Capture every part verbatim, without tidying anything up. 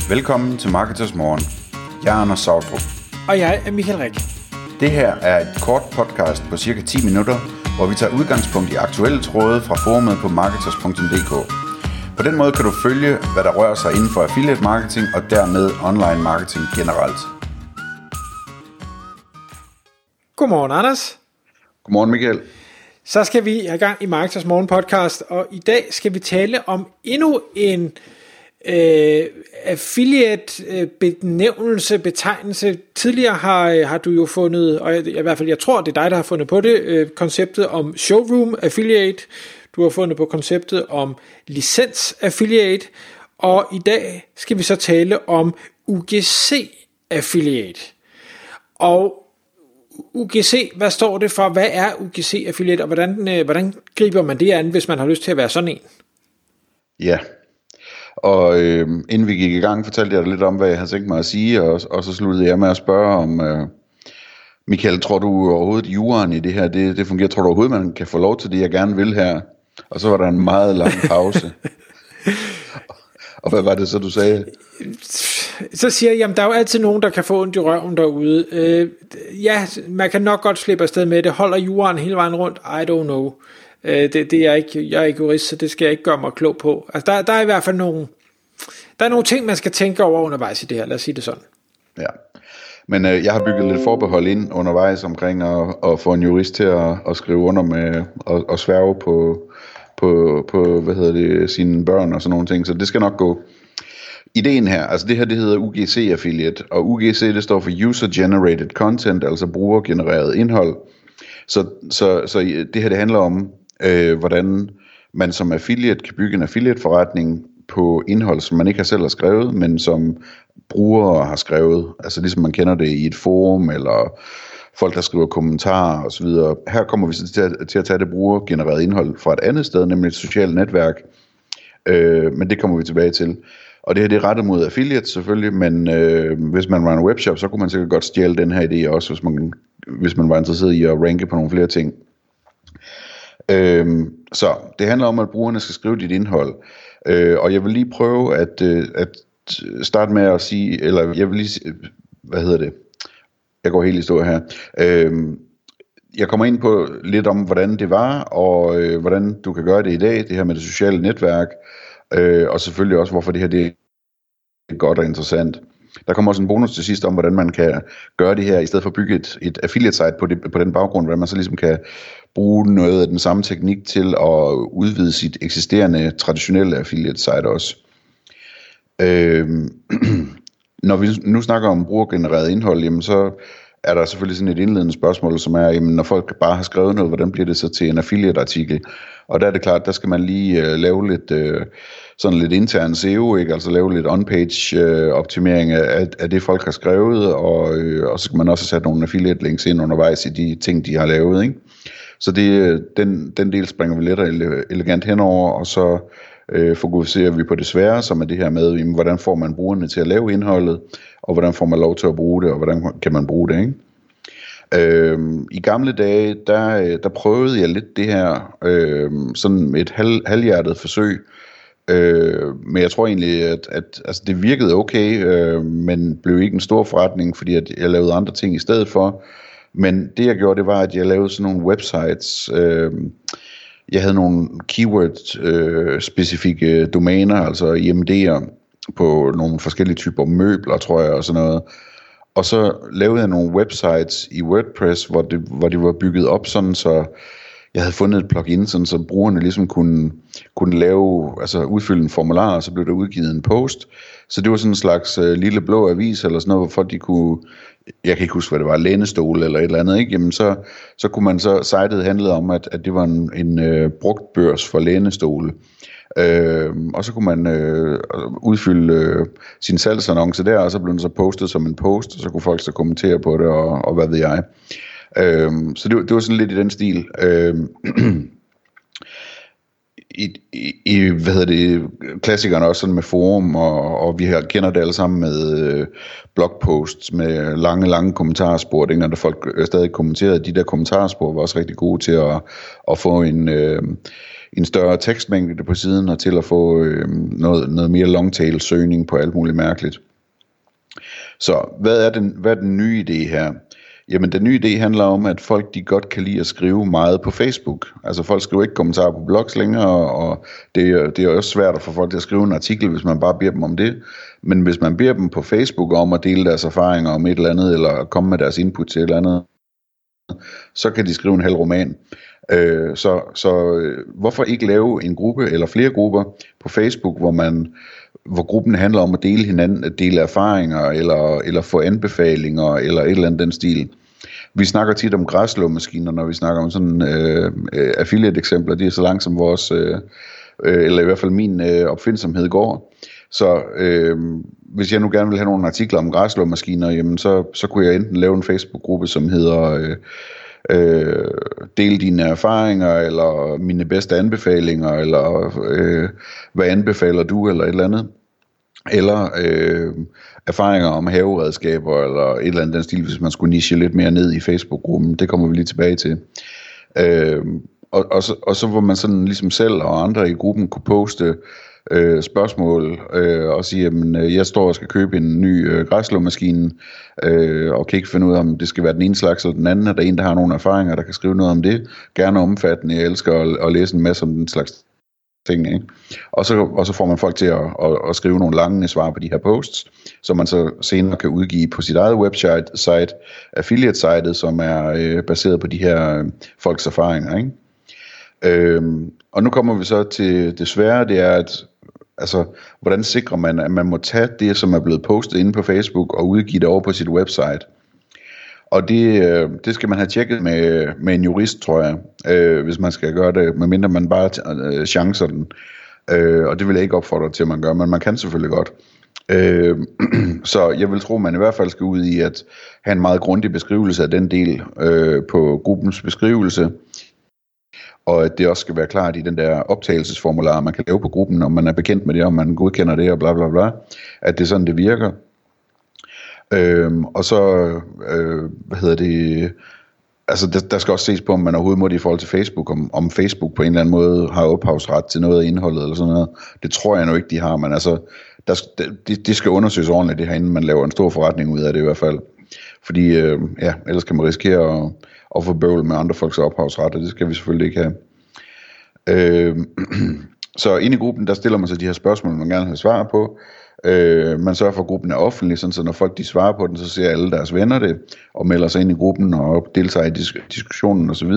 Velkommen til Marketers Morgen. Jeg er Anders Sautrup. Og jeg er Michael Rik. Det her er et kort podcast på cirka ti minutter, hvor vi tager udgangspunkt i aktuelle tråde fra forumet på marketers punktum d k. På den måde kan du følge, hvad der rører sig inden for affiliate marketing og dermed online marketing generelt. Godmorgen, Anders. Godmorgen, Michael. Så skal vi i gang i Marketers Morgen podcast, og i dag skal vi tale om endnu en øh, affiliate øh, benævnelse, betegnelse. Tidligere har, har du jo fundet, og jeg, i hvert fald jeg tror, det er dig, der har fundet på det, øh, konceptet om showroom affiliate. Du har fundet på konceptet om licens affiliate, og i dag skal vi så tale om U G C affiliate. Og U G C, hvad står det for? Hvad er U G C affiliate, og hvordan, øh, hvordan griber man det an, hvis man har lyst til at være sådan en? Ja, og øh, inden vi gik i gang, fortalte jeg dig lidt om, hvad jeg havde tænkt mig at sige, og, og så sluttede jeg med at spørge om, øh, Michael, tror du overhovedet juraen i det her, det, det fungerer? Tror du overhovedet, man kan få lov til det, jeg gerne vil her? Og så var der en meget lang pause. Og hvad var det så, du sagde? Så siger jeg, jamen der er jo altid nogen, der kan få ondt i røven derude. Øh, ja, man kan nok godt slippe afsted med det. Holder juraen hele vejen rundt? I don't know. Øh, det, det er ikke, jeg er ikke jurist, så det skal jeg ikke gøre mig klog på. Altså, der, der er i hvert fald nogle, der er nogle ting, man skal tænke over undervejs i det her. Lad os sige det sådan. Ja, men øh, jeg har bygget lidt forbehold ind undervejs omkring at, at få en jurist til at, at skrive under med og, og sværge på, på, på hvad hedder det, sine børn og sådan nogle ting, så det skal nok gå. Ideen her, altså det her, det hedder U G C affiliate, og U G C, det står for User Generated Content, altså brugergenereret indhold. Så, så, så det her, det handler om, øh, hvordan man som affiliate kan bygge en affiliate forretning på indhold, som man ikke har selv har skrevet, men som brugere har skrevet, altså ligesom man kender det i et forum, eller folk, der skriver kommentarer osv. Her kommer vi så til at, til at tage det brugergenereret indhold fra et andet sted, nemlig et socialt netværk, øh, men det kommer vi tilbage til. Og det her, det er rettet mod affiliates selvfølgelig, men øh, hvis man var en webshop, så kunne man sikkert godt stjæle den her idé også, hvis man, hvis man var interesseret i at ranke på nogle flere ting. Øh, så det handler om, at brugerne skal skrive dit indhold. Øh, og jeg vil lige prøve at, øh, at starte med at sige, eller jeg vil lige, hvad hedder det? Jeg går helt i stå her. Øh, jeg kommer ind på lidt om, hvordan det var, og øh, hvordan du kan gøre det i dag, det her med det sociale netværk. Øh, og selvfølgelig også, hvorfor det her det er godt og interessant. Der kommer også en bonus til sidst om, hvordan man kan gøre det her, i stedet for at bygge et, et affiliate site på, det, på den baggrund, hvordan man så ligesom kan bruge noget af den samme teknik til at udvide sit eksisterende traditionelle affiliate site også. Øh, når vi nu snakker om brugergenereret indhold, jamen så er der selvfølgelig sådan et indledende spørgsmål, som er, jamen når folk bare har skrevet noget, hvordan bliver det så til en affiliate artikel? Og der er det klart, der skal man lige uh, lave lidt uh, sådan lidt intern S E O, ikke? Altså lave lidt on-page uh, optimering af, af det folk har skrevet, og, uh, og så skal man også sætte nogle affiliate links ind undervejs i de ting, de har lavet, ikke? Så det, den, den del springer vi lidt og elegant henover, og så uh, fokuserer vi på det svære, som er det her med, jamen, hvordan får man brugerne til at lave indholdet, og hvordan får man lov til at bruge det, og hvordan kan man bruge det, ikke? Øhm, I gamle dage, der, der prøvede jeg lidt det her, øhm, sådan et halv, halvhjertet forsøg, øh, men jeg tror egentlig, at, at altså det virkede okay, øh, men blev ikke en stor forretning, fordi at jeg lavede andre ting i stedet for. Men det jeg gjorde, det var, at jeg lavede sådan nogle websites. Øh, jeg havde nogle keyword-specifikke øh, domæner, altså I M D'er, på nogle forskellige typer møbler, tror jeg, og sådan noget. Og så lavede jeg nogle websites i WordPress, hvor det, hvor det var bygget op sådan, så jeg havde fundet et plugin, sådan, så brugerne ligesom kunne, kunne lave, altså udfylde en formular, og så blev der udgivet en post. Så det var sådan en slags uh, lille blå avis, eller sådan noget, hvor folk de kunne, jeg kan ikke huske, hvad det var, lænestol eller et eller andet, ikke? Jamen så, så kunne man så, sitet handlede om, at, at det var en, en uh, brugt børs for lænestole. Øh, og så kunne man øh, udfylde øh, sin salgsannonce der, og så blev den så postet som en post, og så kunne folk så kommentere på det, og, og hvad ved jeg. Øh, så det, det var sådan lidt i den stil. Øh, i, i, i, hvad hedder det, klassikerne også sådan med forum, og, og vi kender det alle sammen med øh, blogposts, med lange, lange kommentarspor, dengang der folk stadig kommenterede. De der kommentarspor var også rigtig gode til at, at få en... Øh, en større tekstmængde på siden, og til at få øh, noget, noget mere longtail søgning på alt muligt mærkeligt. Så hvad er den, hvad er den nye idé her? Jamen den nye idé handler om, at folk de godt kan lide at skrive meget på Facebook. Altså folk skriver ikke kommentarer på blogs længere, og det er, det er også svært at få folk til at skrive en artikel, hvis man bare beder dem om det. Men hvis man beder dem på Facebook om at dele deres erfaringer om et eller andet, eller komme med deres input til et eller andet, så kan de skrive en halv roman. Øh, så så øh, hvorfor ikke lave en gruppe eller flere grupper på Facebook, hvor man hvor gruppen handler om at dele hinanden, at dele erfaringer, eller, eller få anbefalinger, eller et eller andet den stil. Vi snakker tit om græsslåmaskiner, når vi snakker om sådan øh, affiliate-eksempler, de er så langt som vores, øh, eller i hvert fald min øh, opfindsomhed går. Så øh, hvis jeg nu gerne vil have nogle artikler om græsslåmaskiner, jamen så, så kunne jeg enten lave en Facebook-gruppe, som hedder øh, øh, del dine erfaringer, eller mine bedste anbefalinger, eller øh, hvad anbefaler du, eller et eller andet. Eller øh, erfaringer om haveredskaber, eller et eller andet den stil, hvis man skulle niche lidt mere ned i Facebook-gruppen. Det kommer vi lige tilbage til. Øh, og, og, så, og så hvor man sådan ligesom selv og andre i gruppen kunne poste øh, spørgsmål øh, og sige, at jeg står og skal købe en ny øh, græsslåmaskine øh, og kan ikke finde ud af, om det skal være den ene slags eller den anden. Er der en, der har nogle erfaringer, der kan skrive noget om det? Gerne omfattende. Jeg elsker at, at læse en masse om den slags ting, ikke? Og, så, og så får man folk til at, at, at skrive nogle lange svar på de her posts, som man så senere kan udgive på sit eget website, site, affiliate-sitet, som er øh, baseret på de her øh, folks erfaringer, ikke? Øhm, og nu kommer vi så til det svære, det er, at altså, hvordan sikrer man, at man må tage det, som er blevet postet inde på Facebook, og udgive det over på sit website. Og det, øh, det skal man have tjekket med, med en jurist, tror jeg, øh, hvis man skal gøre det, medmindre man bare øh, chancer den. Øh, og det vil jeg ikke opfordre til, at man gør, men man kan selvfølgelig godt. Øh, så jeg vil tro, at man i hvert fald skal ud i at have en meget grundig beskrivelse af den del øh, på gruppens beskrivelse, og at det også skal være klart i den der optagelsesformular, man kan lave på gruppen, om man er bekendt med det, om man godkender det, og bla bla bla, at det er sådan, det virker. Øhm, og så, øh, hvad hedder det, altså der, der skal også ses på, om man overhovedet må det i forhold til Facebook, om, om Facebook på en eller anden måde har ophavsret til noget af indholdet, eller sådan noget. Det tror jeg nu ikke, de har, men altså, der, det, det skal undersøges ordentligt, det her, inden man laver en stor forretning ud af det i hvert fald. Fordi, øh, ja, ellers kan man risikere at, at få bøvl med andre folks ophavsret, og det skal vi selvfølgelig ikke have. Øh, så inde i gruppen, der stiller man sig de her spørgsmål, man gerne vil have svar på. Øh, man sørger for, at gruppen er offentlig, sådan, så når folk de svarer på den, så ser alle deres venner det, og melder sig ind i gruppen, og deltager i disk- diskussionen osv.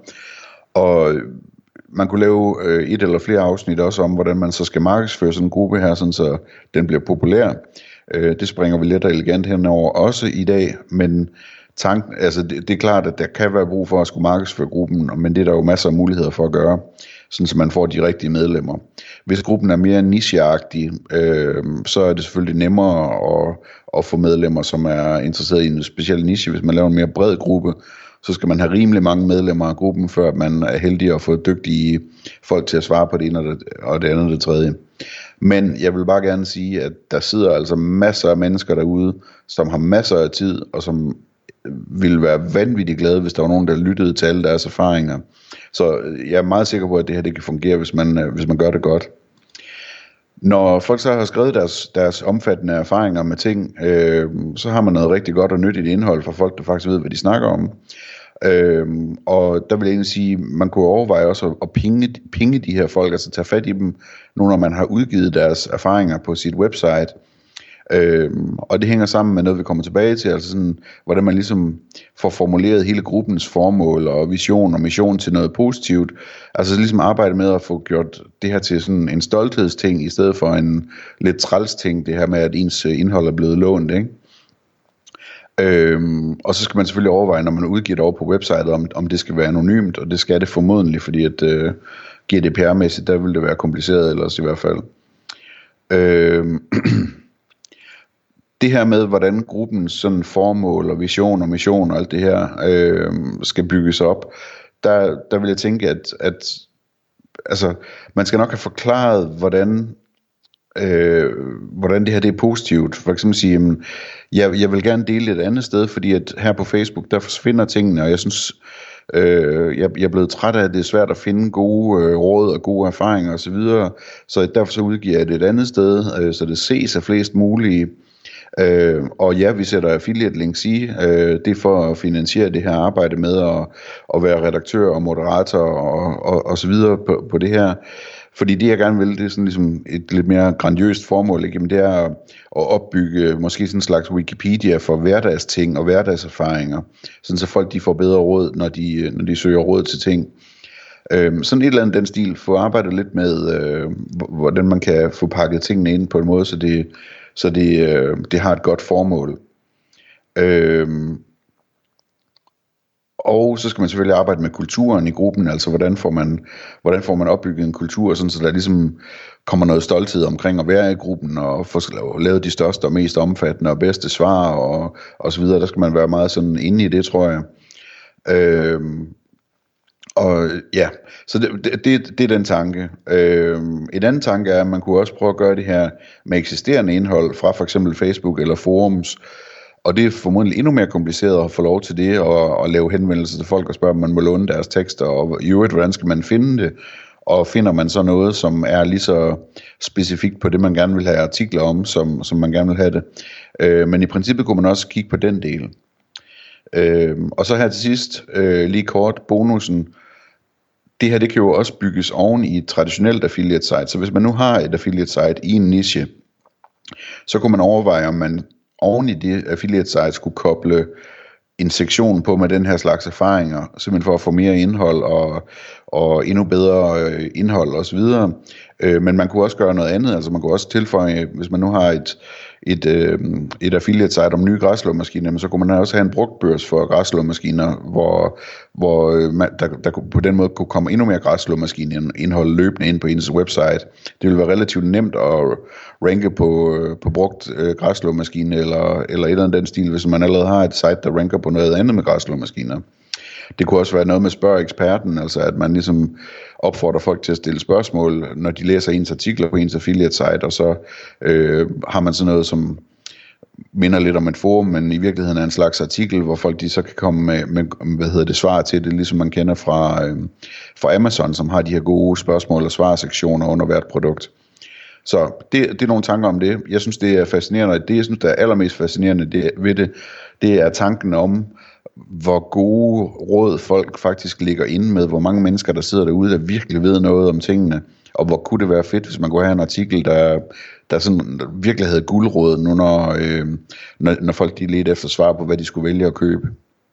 Og man kunne lave øh, et eller flere afsnit også om, hvordan man så skal markedsføre sådan en gruppe her, sådan, så den bliver populær. Øh, det springer vi let og elegant henover også i dag, men tanken, altså det, det er klart, at der kan være brug for at skulle markedsføre gruppen, men det er der jo masser af muligheder for at gøre, sådan så man får de rigtige medlemmer. Hvis gruppen er mere nicheagtig, øh, så er det selvfølgelig nemmere at, at få medlemmer, som er interesseret i en speciel niche. Hvis man laver en mere bred gruppe, så skal man have rimelig mange medlemmer af gruppen, før man er heldig at få dygtige folk til at svare på det ene og det, og det andet og det tredje. Men jeg vil bare gerne sige, at der sidder altså masser af mennesker derude, som har masser af tid, og som ville være vanvittigt glade, hvis der var nogen, der lyttede til alle deres erfaringer. Så jeg er meget sikker på, at det her det kan fungere, hvis man, hvis man gør det godt. Når folk så har skrevet deres, deres omfattende erfaringer med ting, øh, så har man noget rigtig godt og nyttigt indhold fra folk, der faktisk ved, hvad de snakker om. Øh, og der vil jeg egentlig sige, man kunne overveje også at, at pinge, pinge de her folk, altså tage fat i dem, nu når man har udgivet deres erfaringer på sit website. Øhm, og det hænger sammen med noget, vi kommer tilbage til, altså sådan, hvordan man ligesom får formuleret hele gruppens formål og vision og mission til noget positivt. Altså ligesom arbejde med at få gjort det her til sådan en stolthedsting, i stedet for en lidt træls ting, det her med, at ens indhold er blevet lånt, ikke? Øhm, og så skal man selvfølgelig overveje, når man udgiver det over på websitet, om, om det skal være anonymt, og det skal det formodentlig, fordi at øh, G D P R-mæssigt, der vil det være kompliceret ellers i hvert fald. Øhm, Det her med, hvordan gruppens sådan formål og vision og mission og alt det her øh, skal bygges op, der, der vil jeg tænke, at, at altså, man skal nok have forklaret, hvordan, øh, hvordan det her det er positivt. For eksempel sige, jamen, jeg, jeg vil gerne dele et andet sted, fordi at her på Facebook, der forsvinder tingene, og jeg synes, Øh, jeg, jeg er blevet træt af, at det er svært at finde gode øh, råd og gode erfaringer osv., så, så derfor så udgiver jeg det et andet sted, øh, så det ses af flest mulige. Øh, og ja, vi sætter affiliate links i, øh, det er for at finansiere det her arbejde med at, at være redaktør og moderator og, og, og så videre på, på det her. Fordi det jeg gerne vil, det er sådan ligesom et lidt mere grandiøst formål, ikke? Men det er at opbygge måske sådan en slags Wikipedia for hverdagsting og hverdagserfaringer, sådan så folk de får bedre råd, når de, når de søger råd til ting. Øhm, sådan et eller andet den stil, få arbejdet lidt med, øh, hvordan man kan få pakket tingene ind på en måde, så det, så det, øh, det har et godt formål. Øhm, Og så skal man selvfølgelig arbejde med kulturen i gruppen, altså hvordan får man, hvordan får man opbygget en kultur, sådan så der ligesom kommer noget stolthed omkring at være i gruppen, og få lavet de største og mest omfattende og bedste svar, og, og så videre. Der skal man være meget sådan inde i det, tror jeg. Øhm, og ja, så det, det, det er den tanke. Øhm, en anden tanke er, at man kunne også prøve at gøre det her med eksisterende indhold fra for eksempel Facebook eller forums. Og det er formodentlig endnu mere kompliceret at få lov til det, og, og lave henvendelser til folk og spørge, om man må låne deres tekster, og i øvrigt, hvordan skal man finde det? Og finder man så noget, som er lige så specifikt på det, man gerne vil have artikler om, som, som man gerne vil have det. Øh, men i princippet kunne man også kigge på den del. Øh, og så her til sidst, øh, lige kort, bonusen. Det her, det kan jo også bygges oven i et traditionelt affiliate site. Så hvis man nu har et affiliate site i en niche, så kunne man overveje, om man oven i det affiliate site skulle koble en sektion på med den her slags erfaringer, simpelthen for at få mere indhold og, og endnu bedre indhold osv. Øh, men man kunne også gøre noget andet, altså man kunne også tilføje, hvis man nu har et, et, øh, et affiliate site om nye græsslåmaskiner, så kunne man også have en brugtbørs for græsslåmaskiner, hvor, hvor man, der, der på den måde kunne komme endnu mere græsslåmaskiner indhold løbende ind på ens website. Det ville være relativt nemt at ranke på, på brugt øh, græsslåmaskine eller, eller et eller andet den stil, hvis man allerede har et site, der ranker på noget andet med græsslåmaskiner. Det kunne også være noget med spørg eksperten, altså at man ligesom opfordrer folk til at stille spørgsmål, når de læser ens artikler på ens affiliate site, og så øh, har man sådan noget, som minder lidt om et forum, men i virkeligheden er en slags artikel, hvor folk de så kan komme med, med hvad hedder det, svar til det, ligesom man kender fra, øh, fra Amazon, som har de her gode spørgsmål- og svarsektioner under hvert produkt. Så det, det er nogle tanker om det. Jeg synes, det er fascinerende. Det, jeg synes, der er allermest fascinerende det, ved det, det er tanken om, hvor gode råd folk faktisk ligger inde med, hvor mange mennesker, der sidder derude, der virkelig ved noget om tingene, og hvor kunne det være fedt, hvis man kunne have en artikel, der, der sådan virkelig havde guldråd, nu når, øh, når, når folk de ledte efter svar på, hvad de skulle vælge at købe.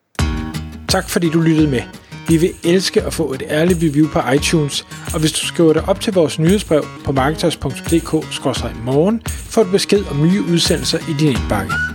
Tak fordi du lyttede med. Vi vil elske at få et ærligt review på iTunes, og hvis du skriver dig op til vores nyhedsbrev på marketers punktum d k skråstreg morgen, får du besked om nye udsendelser i din indbakke.